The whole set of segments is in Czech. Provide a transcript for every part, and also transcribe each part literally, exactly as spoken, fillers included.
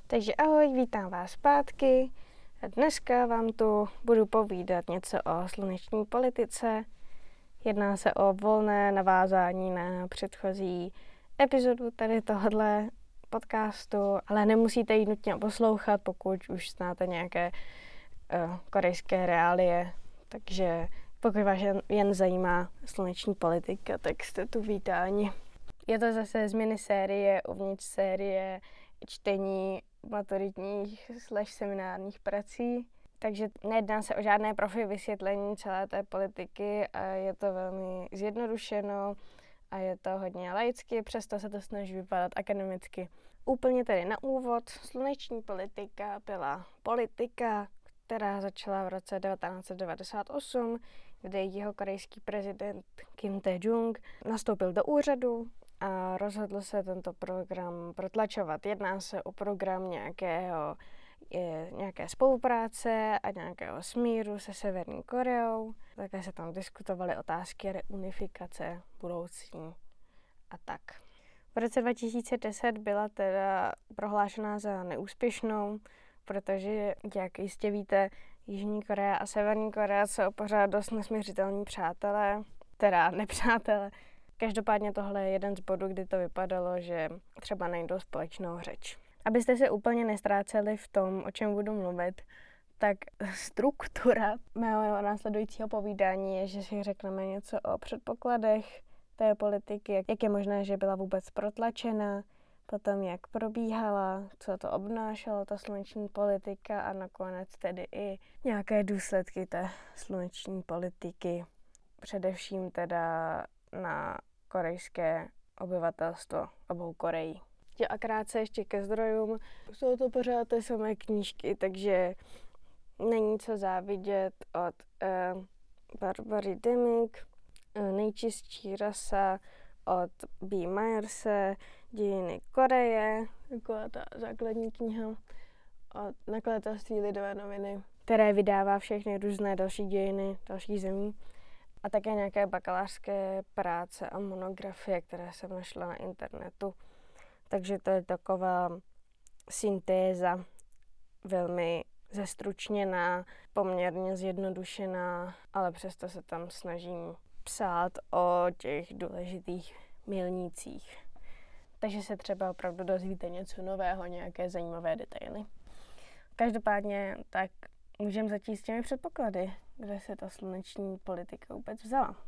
Takže ahoj, vítám vás zpátky. Dneska vám tu budu povídat něco o sluneční politice. Jedná se o volné navázání na předchozí epizodu tady tohohle podcastu, ale nemusíte ji nutně poslouchat, pokud už znáte nějaké uh, korejské reálie. Takže pokud vás jen, jen zajímá sluneční politika, tak jste tu vítáni. Je to zase z minisérie uvnitř série čtení maturitních slash seminárních prací. Takže nejedná se o žádné profi vysvětlení celé té politiky a je to velmi zjednodušeno a je to hodně laicky, přesto se to snaží vypadat akademicky. Úplně tedy na úvod, sluneční politika byla politika, která začala v roce devatenáct set devadesát osm, kdy jeho korejský prezident Kim Tae-jung nastoupil do úřadu a rozhodl se tento program protlačovat. Jedná se o program nějakého, je, nějaké spolupráce a nějakého smíru se Severní Koreou. Také se tam diskutovaly otázky reunifikace budoucí a tak. V roce dva tisíce deset byla teda prohlášená za neúspěšnou, protože, jak jistě víte, Jižní Korea a Severní Korea jsou pořád dost nesměřitelní přátelé, teda nepřátelé. Každopádně tohle je jeden z bodů, kdy to vypadalo, že třeba najdou společnou řeč. Abyste se úplně nestráceli v tom, o čem budu mluvit, tak struktura mého následujícího povídání je, že si řekneme něco o předpokladech té politiky, jak je možné, že byla vůbec protlačena, potom jak probíhala, co to obnášelo, ta sluneční politika a nakonec tedy i nějaké důsledky té sluneční politiky, především teda na korejské obyvatelstvo obou Koreí. A krátce ještě ke zdrojům. Jsou to pořád ty samé knížky, takže není co závidět od uh, Barbary Demick, uh, Nejčistší rasa od B. Myerse, Dějiny Koreje, taková ta základní kniha od nakladatelství Lidové noviny, které vydává všechny různé další dějiny dalších zemí. A také nějaké bakalářské práce a monografie, které jsem našla na internetu. Takže to je taková syntéza, velmi zestručněná, poměrně zjednodušená, ale přesto se tam snažím psát o těch důležitých milnících. Takže se třeba opravdu dozvíte něco nového, nějaké zajímavé detaily. Každopádně tak můžeme začít s těmi předpoklady, kde se ta sluneční politika vůbec vzala.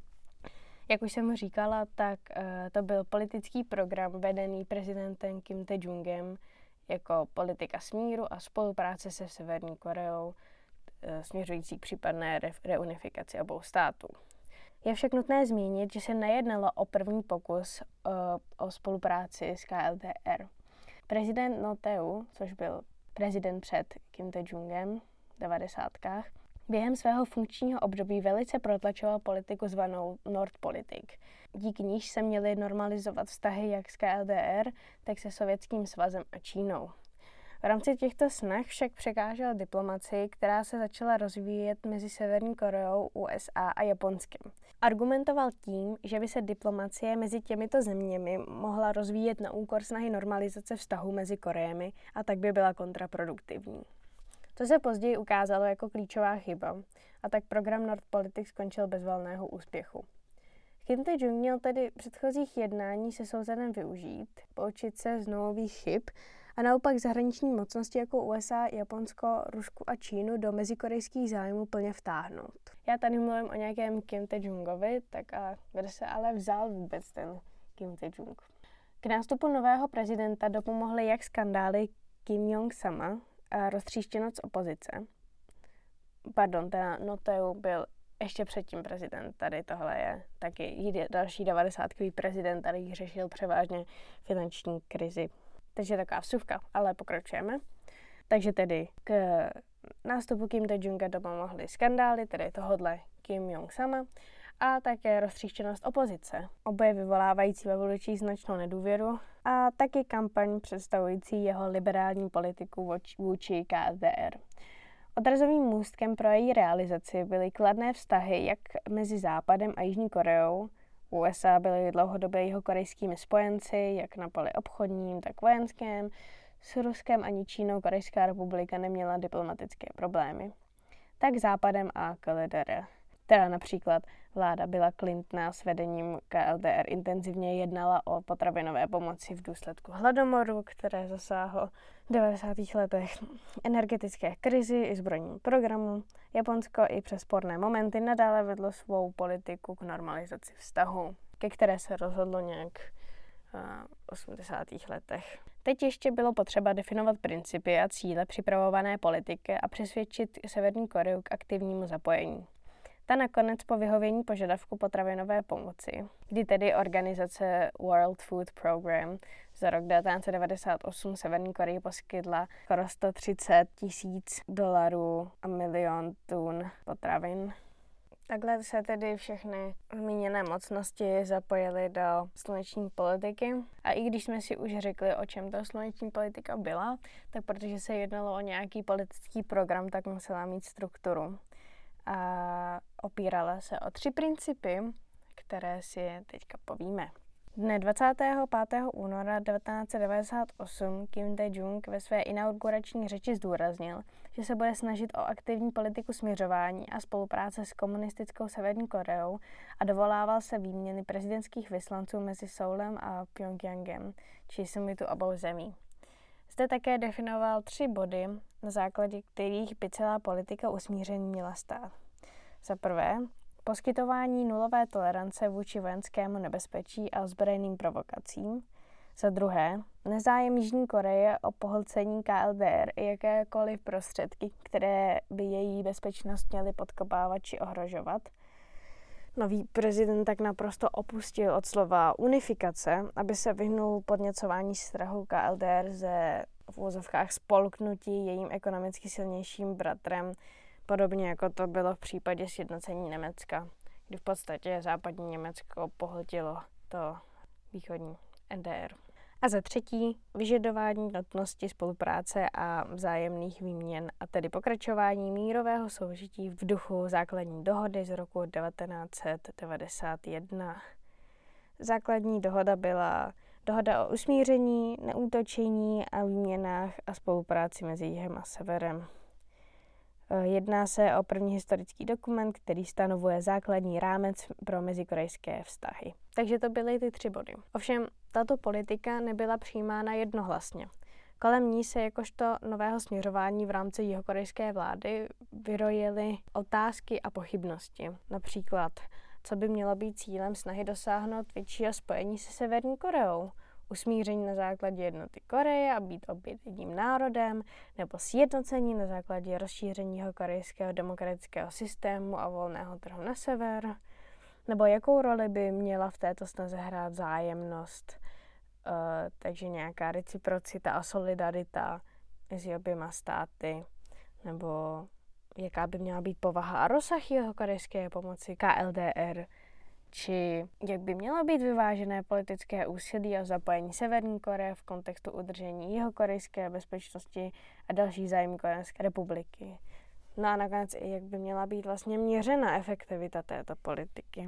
Jak už jsem říkala, tak uh, to byl politický program vedený prezidentem Kim Tae-jungem jako politika smíru a spolupráce se Severní Koreou, uh, směřující k případné re- reunifikaci obou států. Je však nutné zmínit, že se nejednalo o první pokus uh, o spolupráci s K L D R. Prezident Roh Tae-woo, což byl prezident před Kim Tae-jungem v devadesátkách, během svého funkčního období velice protlačoval politiku zvanou Nordpolitik. Díky níž se měly normalizovat vztahy jak s K L D R, tak se Sovětským svazem a Čínou. V rámci těchto snah však překážel diplomacii, která se začala rozvíjet mezi Severní Koreou, U S A a Japonskem. Argumentoval tím, že by se diplomacie mezi těmito zeměmi mohla rozvíjet na úkor snahy normalizace vztahů mezi Koreemi a tak by byla kontraproduktivní. To se později ukázalo jako klíčová chyba a tak program Nordpolitik skončil bez valného úspěchu. Kim Tae-jung měl tedy předchozích jednání se sousedem využít, poučit se z nových chyb a naopak zahraniční mocnosti jako U S A, Japonsko, Rusko a Čínu do mezikorejských zájmů plně vtáhnout. Já tady mluvím o nějakém Kim Tae-jungovi, tak a kde se ale vzal vůbec ten Kim Tae-jung? K nástupu nového prezidenta dopomohly jak skandály Kim Jong-sama a roztříštěnost opozice. Pardon, teda Roh Tae-woo byl ještě předtím prezident, tady tohle je taky další devadesátkový prezident, který řešil převážně finanční krizi. Takže taková vsuvka, ale pokračujeme. Takže tedy k nástupu Kim Tae-junga dopomohly skandály, tedy tohodle Kim Jong-sama, a také roztříštěnost opozice, oboje vyvolávající ve voličích značnou nedůvěru a taky kampaň představující jeho liberální politiku vůči K L D R. Odrazovým můstkem pro její realizaci byly kladné vztahy jak mezi Západem a Jižní Koreou. U S A byly dlouhodobě jeho korejskými spojenci, jak na poli obchodním, tak vojenském. S Ruskem ani Čínou Korejská republika neměla diplomatické problémy. Tak Západem a K L D R. Teda například vláda Billa Clintona s vedením K L D R intenzivně jednala o potravinové pomoci v důsledku hladomoru, které zasáhlo v devadesátých letech, energetické krizi i zbrojním programu. Japonsko i přes sporné momenty nadále vedlo svou politiku k normalizaci vztahu, ke které se rozhodlo nějak v osmdesátých letech. Teď ještě bylo potřeba definovat principy a cíle připravované politiky a přesvědčit Severní Koreu k aktivnímu zapojení. Ta nakonec po vyhovění požadavku potravinové pomoci, kdy tedy organizace World Food Program za rok devatenáct set devadesát osm Severní Koreji poskytla skoro sto třicet tisíc dolarů a milion tun potravin. Takhle se tedy všechny zmíněné mocnosti zapojily do sluneční politiky. A i když jsme si už řekli, o čem ta sluneční politika byla, tak protože se jednalo o nějaký politický program, tak musela mít strukturu. A opírala se o tři principy, které si teďka povíme. Dne dvacátého pátého února devatenáct set devadesát osm Kim Dae-jung ve své inaugurační řeči zdůraznil, že se bude snažit o aktivní politiku směřování a spolupráce s komunistickou Severní Koreou a dovolával se výměny prezidentských vyslanců mezi Soulem a Pjongjangem, či summitu obou zemí. Zde také definoval tři body, na základě kterých by celá politika usmíření měla stát. Za prvé, poskytování nulové tolerance vůči vojenskému nebezpečí a ozbrojeným provokacím. Za druhé, nezájem Jižní Koreje o pohlcení K L D R i jakékoliv prostředky, které by její bezpečnost měly podkopávat či ohrožovat. Nový prezident tak naprosto opustil od slova unifikace, aby se vyhnul podněcování strachu K L D R ze v úvozovkách spolknutí jejím ekonomicky silnějším bratrem, podobně jako to bylo v případě sjednocení Německa, kdy v podstatě západní Německo pohltilo to východní N D R. A za třetí, vyžadování nutnosti spolupráce a vzájemných výměn, a tedy pokračování mírového soužití v duchu základní dohody z roku devatenáct set devadesát jedna. Základní dohoda byla dohoda o usmíření, neútočení a výměnách a spolupráci mezi jihem a severem. Jedná se o první historický dokument, který stanovuje základní rámec pro mezikorejské vztahy. Takže to byly ty tři body. Ovšem, tato politika nebyla přijímána jednohlasně. Kolem ní se jakožto nového směřování v rámci jihokorejské vlády vyrojily otázky a pochybnosti. Například, co by mělo být cílem snahy dosáhnout většího spojení se Severní Koreou, usmíření na základě jednoty Koreje a být opět jedním národem, nebo sjednocení na základě rozšíření korejského demokratického systému a volného trhu na sever, nebo jakou roli by měla v této snaze hrát vzájemnost, uh, takže nějaká reciprocita a solidarita mezi oběma státy, nebo jaká by měla být povaha a rozsah jihokorejské pomoci K L D R, či jak by mělo být vyvážené politické úsilí a zapojení Severní Koreje v kontextu udržení jihokorejské bezpečnosti a dalších zájmů Korejské republiky. No a nakonec i jak by měla být vlastně měřena efektivita této politiky.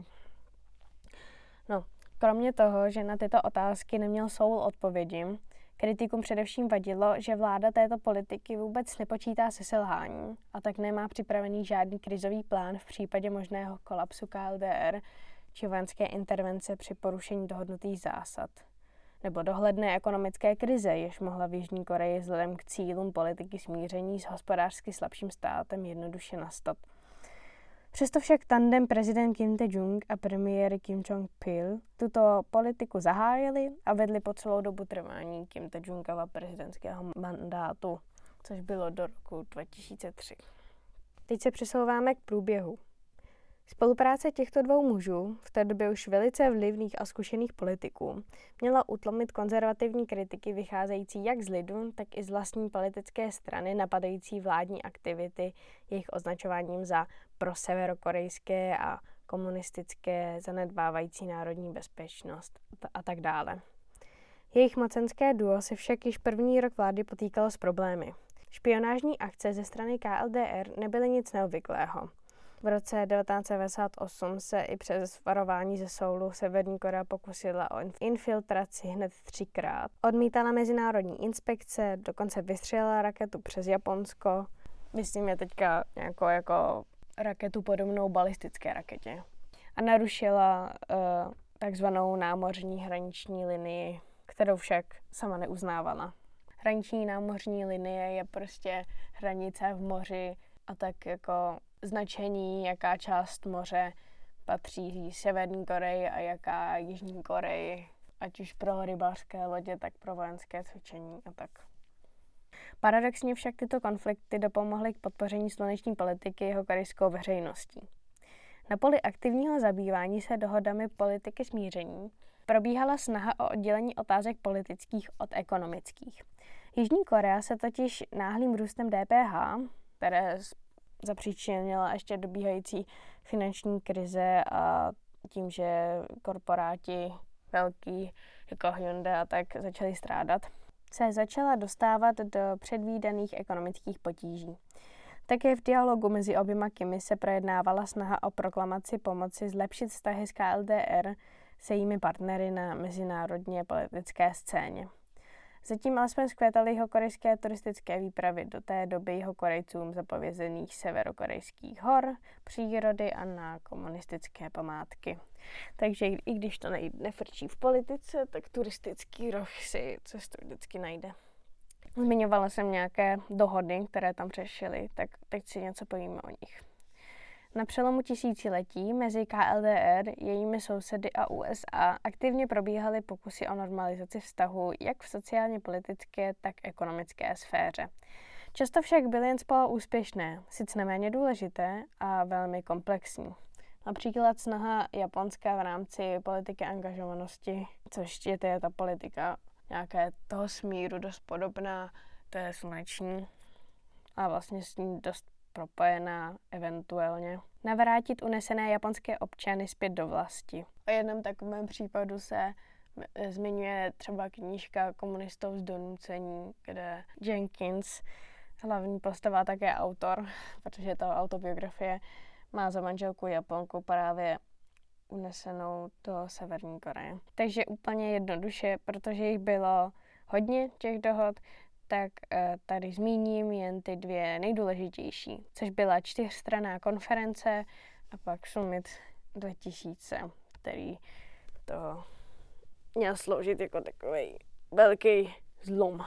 No, kromě toho, že na tyto otázky neměl Soul odpovědi, kritikům především vadilo, že vláda této politiky vůbec nepočítá se selháním a tak nemá připravený žádný krizový plán v případě možného kolapsu K L D R či vojenské intervence při porušení dohodnutých zásad, nebo dohledné ekonomické krize, jež mohla v Jižní Koreji vzhledem k cílům politiky smíření s hospodářsky slabším státem jednoduše nastat. Přesto však tandem prezident Kim Dae-jung a premiér Kim Jong-pil tuto politiku zahájili a vedli po celou dobu trvání Kim Dae-jungova prezidentského mandátu, což bylo do roku dva tisíce tři. Teď se přesouváme k průběhu. Spolupráce těchto dvou mužů, v té době už velice vlivných a zkušených politiků, měla utlumit konzervativní kritiky vycházející jak z lidu, tak i z vlastní politické strany napadající vládní aktivity, jejich označováním za proseverokorejské a komunistické, zanedbávající národní bezpečnost a tak dále. Jejich mocenské duo se však již první rok vlády potýkalo s problémy. Špionážní akce ze strany K L D R nebyly nic neobvyklého. V roce devatenáct set devadesát osm se i přes varování ze Soulu Severní Korea pokusila o infiltraci hned třikrát. Odmítala mezinárodní inspekce, dokonce vystřelila raketu přes Japonsko. Myslím je teďka nějakou jako raketu podobnou balistické raketě. A narušila uh, takzvanou námořní hraniční linii, kterou však sama neuznávala. Hraniční námořní linie je prostě hranice v moři a tak jako značení, jaká část moře patří Severní Koreji a jaká Jižní Koreji, ať už pro rybářské lodě, tak pro vojenské cvičení a tak. Paradoxně však tyto konflikty dopomohly k podpoření sluneční politiky jeho korejskou veřejností. Na poli aktivního zabývání se dohodami politiky smíření probíhala snaha o oddělení otázek politických od ekonomických. Jižní Korea se totiž náhlým růstem D P H, které zapříčinila ještě dobíhající finanční krize a tím, že korporáti velký jako Hyundai a tak začali strádat, se začala dostávat do předvídaných ekonomických potíží. Také v dialogu mezi oběma Kimi se projednávala snaha o proklamaci pomoci zlepšit vztahy s K L D R se jejími partnery na mezinárodně politické scéně. Zatím alespoň zkvétaly jihokorejské turistické výpravy do té doby jihokorejcům zapovězených severokorejských hor, přírody a na komunistické památky. Takže i když to nefrčí v politice, tak turistický roh si cestu vždycky najde. Zmiňovala jsem nějaké dohody, které tam řešily, tak teď si něco povíme o nich. Na přelomu tisíciletí mezi K L D R, jejími sousedy a U S A aktivně probíhaly pokusy o normalizaci vztahu jak v sociálně politické, tak ekonomické sféře. Často však byly jen spolu úspěšné, sice neméně důležité a velmi komplexní. Například snaha Japonska v rámci politiky angažovanosti, což je ta politika nějaké toho smíru dost podobná, to je sluneční a vlastně s ní dost propojená eventuálně. Navrátit unesené japonské občany zpět do vlasti. O jednom takovém případu se zmiňuje třeba knížka Komunistou z donucení, kde Jenkins, hlavní postava, také autor, protože je to autobiografie, má za manželku Japonku právě unesenou do Severní Koreje. Takže úplně jednoduše, protože jich bylo hodně těch dohod, tak tady zmíním jen ty dvě nejdůležitější, což byla čtyřstranná konference a pak Summit dva tisíce, který to měl sloužit jako takový velký zlom.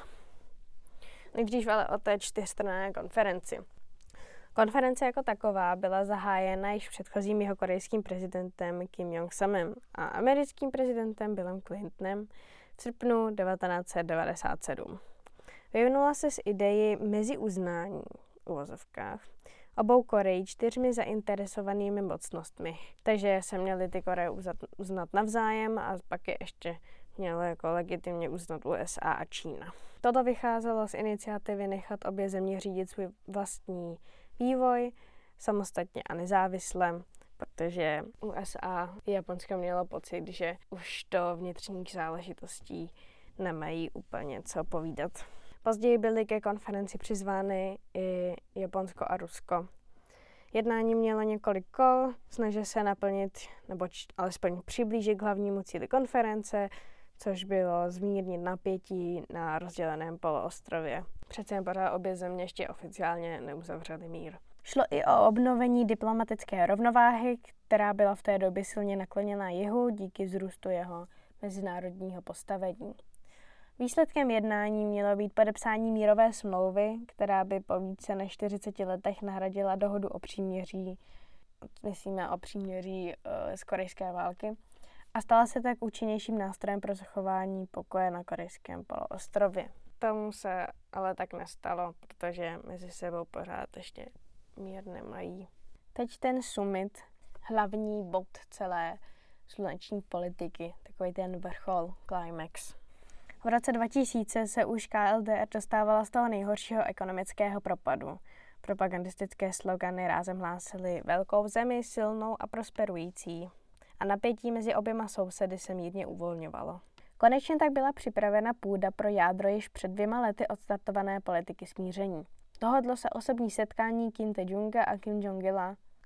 Nejdřív ale o té čtyřstranné konferenci. Konference jako taková byla zahájena již předchozím jihokorejským prezidentem Kim Jong-samem a americkým prezidentem Billem Clintonem v srpnu devatenáct set devadesát sedm. Vyvinula se z ideji meziuznání v uvozovkách obou Koreí čtyřmi zainteresovanými mocnostmi. Takže se měly ty Koreje uznat navzájem a pak je ještě mělo jako legitimně uznat U S A a Čína. Toto vycházelo z iniciativy nechat obě země řídit svůj vlastní vývoj samostatně a nezávisle, protože U S A i Japonsko mělo pocit, že už to vnitřních záležitostí nemají úplně co povídat. Později byly ke konferenci přizvány i Japonsko a Rusko. Jednání mělo několik kol, snaží se naplnit nebo č- alespoň přiblížit k hlavnímu cíli konference, což bylo zmírnit napětí na rozděleném poloostrově. Přece jen pořád obě země ještě oficiálně neuzavřely mír. Šlo i o obnovení diplomatické rovnováhy, která byla v té době silně nakloněná jihu díky vzrůstu jeho mezinárodního postavení. Výsledkem jednání mělo být podepsání mírové smlouvy, která by po více než čtyřiceti letech nahradila dohodu o příměří, myslíme o příměří e, z korejské války, a stala se tak účinnějším nástrojem pro zachování pokoje na korejském poloostrově. Tomu se ale tak nestalo, protože mezi sebou pořád ještě mír nemají. Teď ten summit, hlavní bod celé sluneční politiky, takový ten vrchol, climax. V roce dva tisíce se už K L D R dostávala z toho nejhoršího ekonomického propadu. Propagandistické slogany rázem hlásily velkou zemi, silnou a prosperující. A napětí mezi oběma sousedy se mírně uvolňovalo. Konečně tak byla připravena půda pro jádro již před dvěma lety odstartované politiky smíření. Dohodlo se osobní setkání Kim Tae-junga a Kim Jong-ila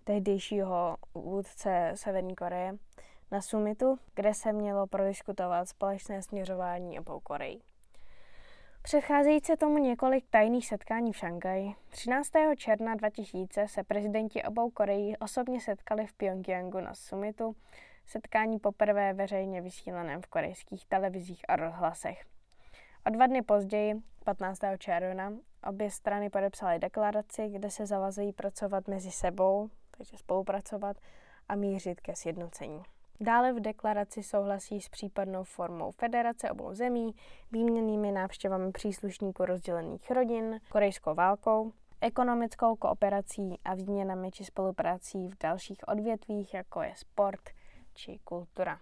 tehdejšího vůdce Severní Koreje, na summitu, kde se mělo prodiskutovat společné směřování obou Koreí. Předcházející tomu několik tajných setkání v Šanghaji. třináctého června dva tisíce se prezidenti obou Koreí osobně setkali v Pjongjangu na summitu, setkání poprvé veřejně vysílaném v korejských televizích a rozhlasech. O dva dny později, patnáctého června, obě strany podepsaly deklaraci, kde se zavazují pracovat mezi sebou, takže spolupracovat a mířit ke sjednocení. Dále v deklaraci souhlasí s případnou formou federace obou zemí, výměnnými návštěvami příslušníků rozdělených rodin, korejskou válkou, ekonomickou kooperací a výměnami či spoluprací v dalších odvětvích, jako je sport či kultura.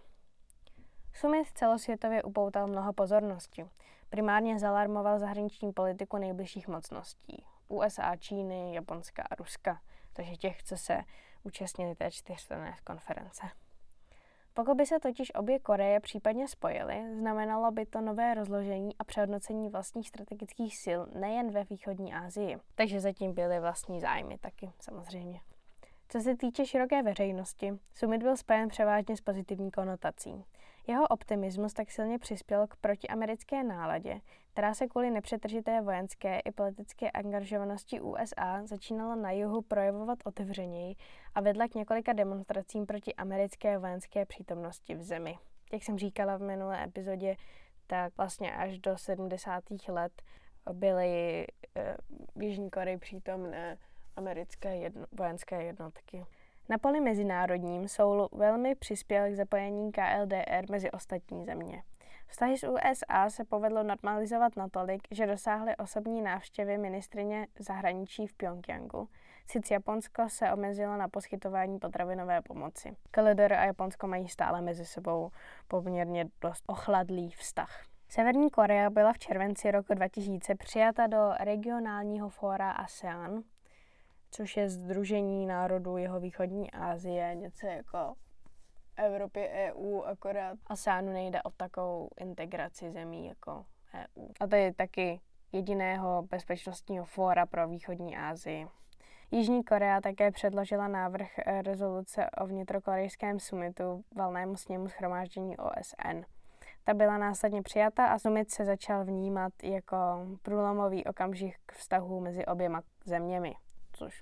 Summit celosvětově upoutal mnoho pozornosti. Primárně zalarmoval zahraniční politiku nejbližších mocností. U S A, Číny, Japonska a Ruska, takže těch, co se účastnili té čtyřstranné konference. Pokud by se totiž obě Koreje případně spojily, znamenalo by to nové rozložení a přehodnocení vlastních strategických sil nejen ve východní Asii. Takže zatím byly vlastní zájmy taky, samozřejmě. Co se týče široké veřejnosti, summit byl spojen převážně s pozitivní konotací. Jeho optimismus tak silně přispěl k protiamerické náladě, která se kvůli nepřetržité vojenské i politické angažovanosti U S A začínala na jihu projevovat otevřeněji a vedla k několika demonstracím proti americké vojenské přítomnosti v zemi. Jak jsem říkala v minulé epizodě, tak vlastně až do sedmdesátých let byly v Jižní Koreji přítomné americké jedno, vojenské jednotky. Na poli mezinárodním Seoul velmi přispěl k zapojení K L D R mezi ostatní země. Vztahy s U S A se povedlo normalizovat natolik, že dosáhly osobní návštěvy ministryně zahraničí v Pjongjangu. Sice Japonsko se omezilo na poskytování potravinové pomoci. K L D R a Japonsko mají stále mezi sebou poměrně dost ochladlý vztah. Severní Korea byla v červenci roku dva tisíce přijata do regionálního fóra ASEAN, což je Sdružení národů jihovýchodní Asie, něco jako Evropy, E U, akorát ASEANu nejde o takovou integraci zemí jako E U. A to je taky jediného bezpečnostního fóra pro východní Asii. Jižní Korea také předložila návrh rezoluce o vnitrokorejském summitu valnému sněmu shromáždění O S N. Ta byla následně přijata a summit se začal vnímat jako průlomový okamžik vztahů mezi oběma zeměmi, což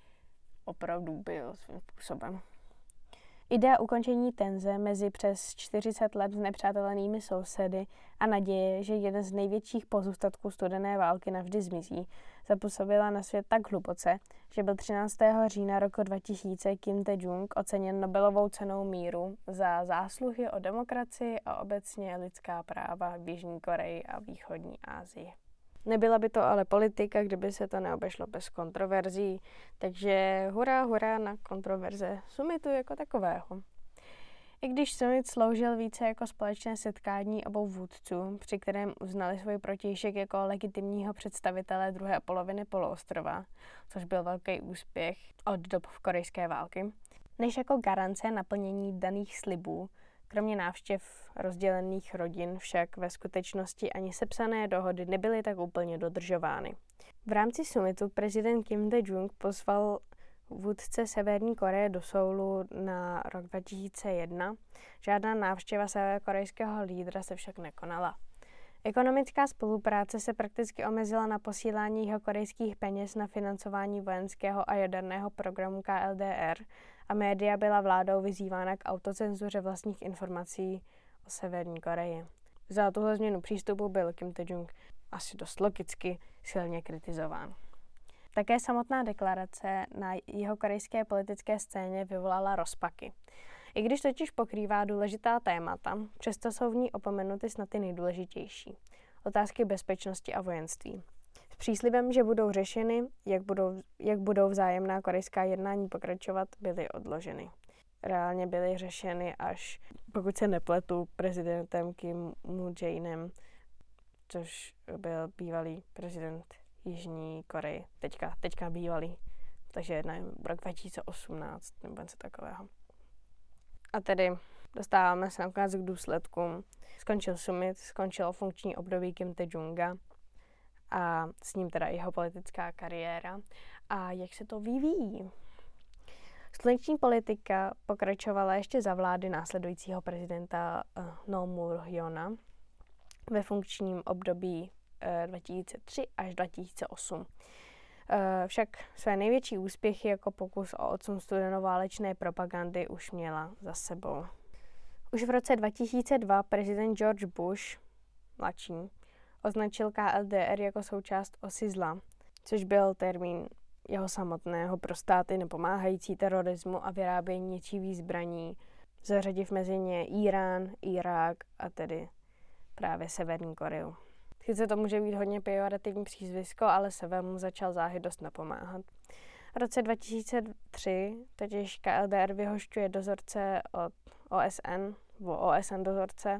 opravdu byl svým způsobem. Idea ukončení tenze mezi přes čtyřicet let znepřátelenými sousedy a naděje, že jeden z největších pozůstatků studené války navždy zmizí, zapůsobila na svět tak hluboce, že byl třináctého října roku dva tisíce Kim Dae-jung oceněn Nobelovou cenou míru za zásluhy o demokracii a obecně lidská práva v Jižní Koreji a východní Asii. Nebyla by to ale politika, kdyby se to neobešlo bez kontroverzí, takže hurá, hurá na kontroverze summitu jako takového. I když summit sloužil více jako společné setkání obou vůdců, při kterém uznali svůj protějšek jako legitimního představitele druhé poloviny poloostrova, což byl velký úspěch od dob korejské války, než jako garance naplnění daných slibů. Kromě návštěv rozdělených rodin však ve skutečnosti ani sepsané dohody nebyly tak úplně dodržovány. V rámci summitu prezident Kim Dae-jung pozval vůdce Severní Koreje do Soulu na rok dva tisíce jedna. Žádná návštěva severokorejského lídra se však nekonala. Ekonomická spolupráce se prakticky omezila na posílání jihokorejských peněz na financování vojenského a jaderného programu K L D R a média byla vládou vyzývána k autocenzuře vlastních informací o Severní Koreji. Za tuhle změnu přístupu byl Kim Dae-jung asi dost logicky silně kritizován. Také samotná deklarace na jihokorejské politické scéně vyvolala rozpaky. I když totiž pokrývá důležitá témata, přesto jsou v ní opomenuty snad ty nejdůležitější. Otázky bezpečnosti a vojenství. S příslibem, že budou řešeny, jak budou, jak budou vzájemná korejská jednání pokračovat, byly odloženy. Reálně byly řešeny až, pokud se nepletu, prezidentem Kim Moon-jaenem, což byl bývalý prezident Jižní Koreje, teďka, teďka bývalý, takže nevím, rok dva tisíce osmnáct nebo něco takového. A tedy dostáváme se nakonec k důsledkům. Skončil summit, skončilo funkční období Kim Dae-junga a s ním teda jeho politická kariéra. A jak se to vyvíjí? Sluneční politika pokračovala ještě za vlády následujícího prezidenta uh, Roh Moo-hyuna ve funkčním období uh, dva tisíce tři až dva tisíce osm. Uh, však své největší úspěchy jako pokus o odsun studenoválečné propagandy už měla za sebou. Už v roce dva tisíce dva prezident George Bush mladší označil K L D R jako součást osy zla, což byl termín jeho samotného pro státy nepomáhající terorismu a vyrábění ničivých zbraní, zařadив mezi ně Irán, Irák a tedy právě Severní Koreu. Sice to může být hodně pejorativní přízvisko, ale sever mu začal záhy dost napomáhat. V roce dva tisíce tři totiž K L D R vyhošťuje dozorce od O S N, nebo O S N dozorce,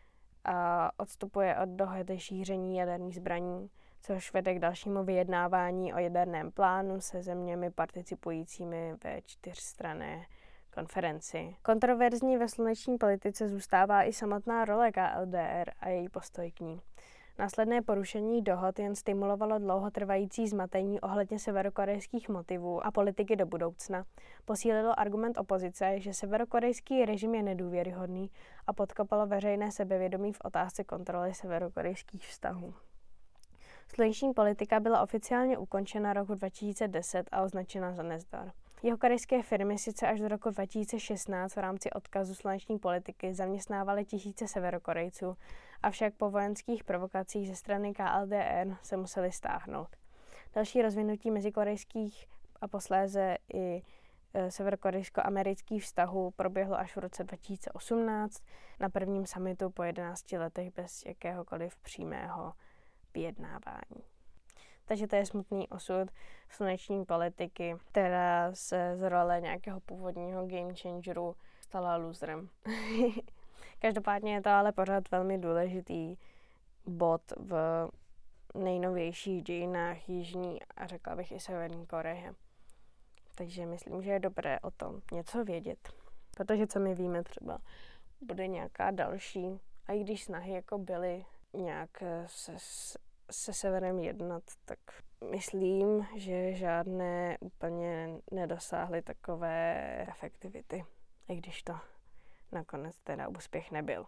a odstupuje od dohody šíření jaderných zbraní, což vede k dalšímu vyjednávání o jaderném plánu se zeměmi participujícími ve čtyřstranné konferenci. Kontroverzní ve sluneční politice zůstává i samotná role K L D R a její postoj k ní. Následné porušení dohod jen stimulovalo dlouhotrvající zmatení ohledně severokorejských motivů a politiky do budoucna. Posílilo argument opozice, že severokorejský režim je nedůvěryhodný a podkopalo veřejné sebevědomí v otázce kontroly severokorejských vztahů. Sluneční politika byla oficiálně ukončena roku dva tisíce deset a označena za nezdar. Jihokorejské firmy sice až do roku dva tisíce šestnáct v rámci odkazu sluneční politiky zaměstnávaly tisíce Severokorejců, avšak po vojenských provokacích ze strany K L D R se museli stáhnout. Další rozvinutí mezikorejských a posléze i e, severokorejsko-amerických vztahů proběhlo až v roce dva tisíce osmnáct na prvním summitu po jedenácti letech bez jakéhokoliv přímého vyjednávání. Takže to je smutný osud sluneční politiky, která se z role nějakého původního game changeru stala loserem. Každopádně je to ale pořád velmi důležitý bod v nejnovějších dějinách Jižní a řekla bych i Severní Koreje. Takže myslím, že je dobré o tom něco vědět. Protože co my víme, třeba bude nějaká další, a i když snahy jako byly nějak se se severem jednat, tak myslím, že žádné úplně nedosáhly takové efektivity, i když to nakonec teda úspěch nebyl.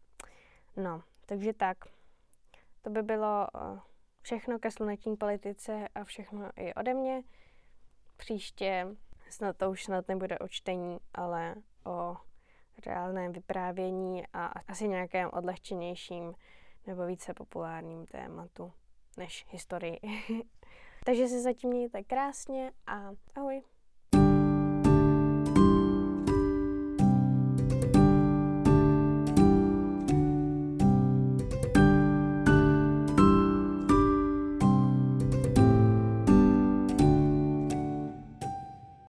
No, takže tak. To by bylo všechno ke sluneční politice a všechno i ode mě. Příště snad to už snad nebude o čtení, ale o reálném vyprávění a asi nějakém odlehčenějším nebo více populárním tématu než historii. Takže se zatím mějte krásně a ahoj.